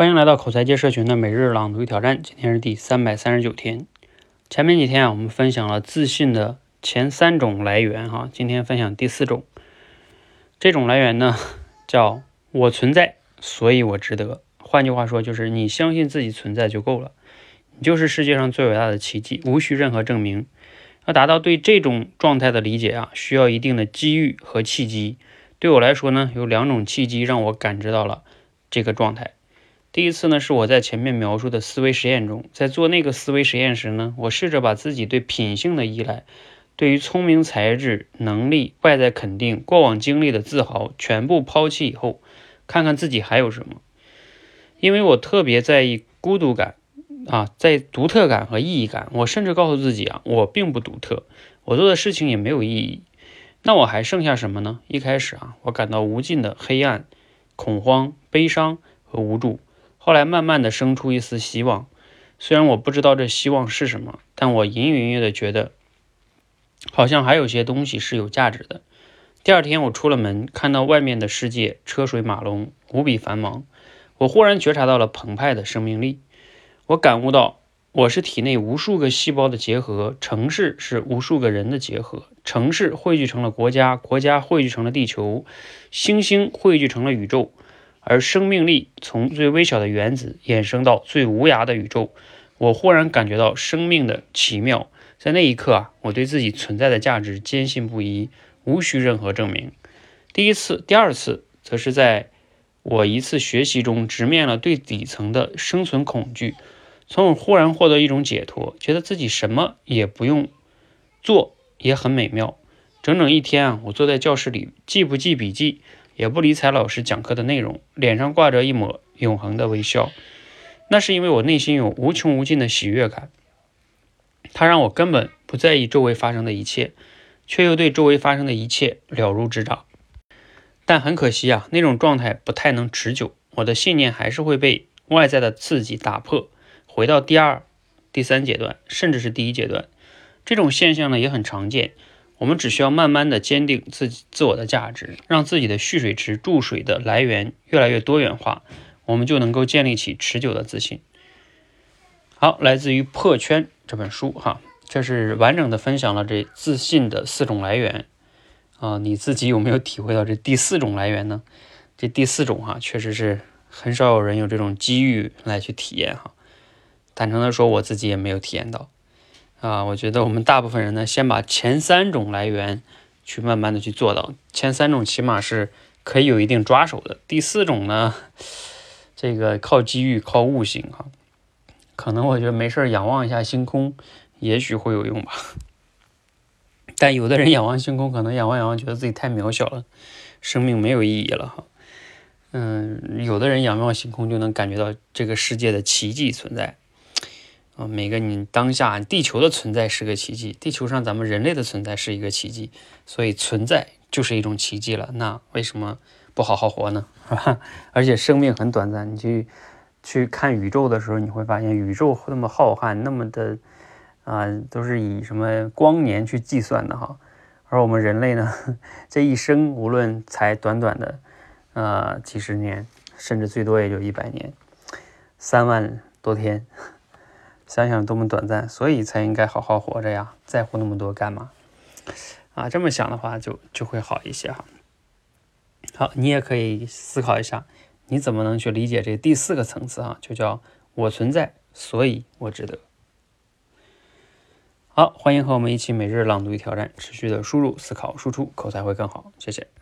欢迎来到口才界社群的每日朗读与挑战，今天是第339天。前面几天我们分享了自信的前3种来源今天分享第4种。这种来源呢叫我存在，所以我值得。换句话说，就是你相信自己存在就够了，你就是世界上最伟大的奇迹，无需任何证明。要达到对这种状态的理解需要一定的机遇和契机。对我来说呢，有2种契机让我感知到了这个状态。第一次呢，是我在前面描述的思维实验中，在做那个思维实验时呢，我试着把自己对品性的依赖，对于聪明才智、能力、外在肯定、过往经历的自豪全部抛弃以后，看看自己还有什么。因为我特别在意孤独感在独特感和意义感，我甚至告诉自己我并不独特，我做的事情也没有意义。那我还剩下什么呢？一开始我感到无尽的黑暗、恐慌、悲伤和无助。后来慢慢的生出一丝希望，虽然我不知道这希望是什么，但我隐隐约约的觉得好像还有些东西是有价值的。第二天我出了门，看到外面的世界车水马龙，无比繁忙，我忽然觉察到了澎湃的生命力。我感悟到我是体内无数个细胞的结合，城市是无数个人的结合，城市汇聚成了国家，国家汇聚成了地球，星星汇聚成了宇宙，而生命力从最微小的原子衍生到最无涯的宇宙。我忽然感觉到生命的奇妙，在那一刻我对自己存在的价值坚信不疑，无需任何证明。第二次则是在我一次学习中直面了最底层的生存恐惧，从而忽然获得一种解脱，觉得自己什么也不用做也很美妙。整整一天我坐在教室里，既不记笔记，也不理睬老师讲课的内容，脸上挂着一抹永恒的微笑。那是因为我内心有无穷无尽的喜悦感，它让我根本不在意周围发生的一切，却又对周围发生的一切了如指掌。但很可惜那种状态不太能持久，我的信念还是会被外在的刺激打破，回到第2、第3阶段，甚至是第1阶段。这种现象呢也很常见，我们只需要慢慢的坚定自我的价值，让自己的蓄水池注水的来源越来越多元化，我们就能够建立起持久的自信。好，来自于破圈这本书这是完整的分享了这自信的4种来源你自己有没有体会到这第4种来源呢？这第4种确实是很少有人有这种机遇来去体验坦诚的说，我自己也没有体验到我觉得我们大部分人呢，先把前3种来源去慢慢的去做到，前3种起码是可以有一定抓手的，第4种呢，这个靠机遇靠悟性可能我觉得没事仰望一下星空也许会有用吧。但有的人仰望星空，可能仰望觉得自己太渺小了，生命没有意义了有的人仰望星空就能感觉到这个世界的奇迹存在每个你当下地球的存在是个奇迹，地球上咱们人类的存在是一个奇迹，所以存在就是一种奇迹了。那为什么不好好活呢？是吧？而且生命很短暂，你去看宇宙的时候，你会发现宇宙那么浩瀚，那么的都是以什么光年去计算的而我们人类呢，这一生无论才短短的几十年，甚至最多也就100年，3万多天，想想多么短暂，所以才应该好好活着呀，在乎那么多干嘛这么想的话就会好一些好，你也可以思考一下，你怎么能去理解这第4个层次就叫我存在，所以我值得。好，欢迎和我们一起每日朗读与挑战，持续的输入、思考、输出，口才会更好。谢谢。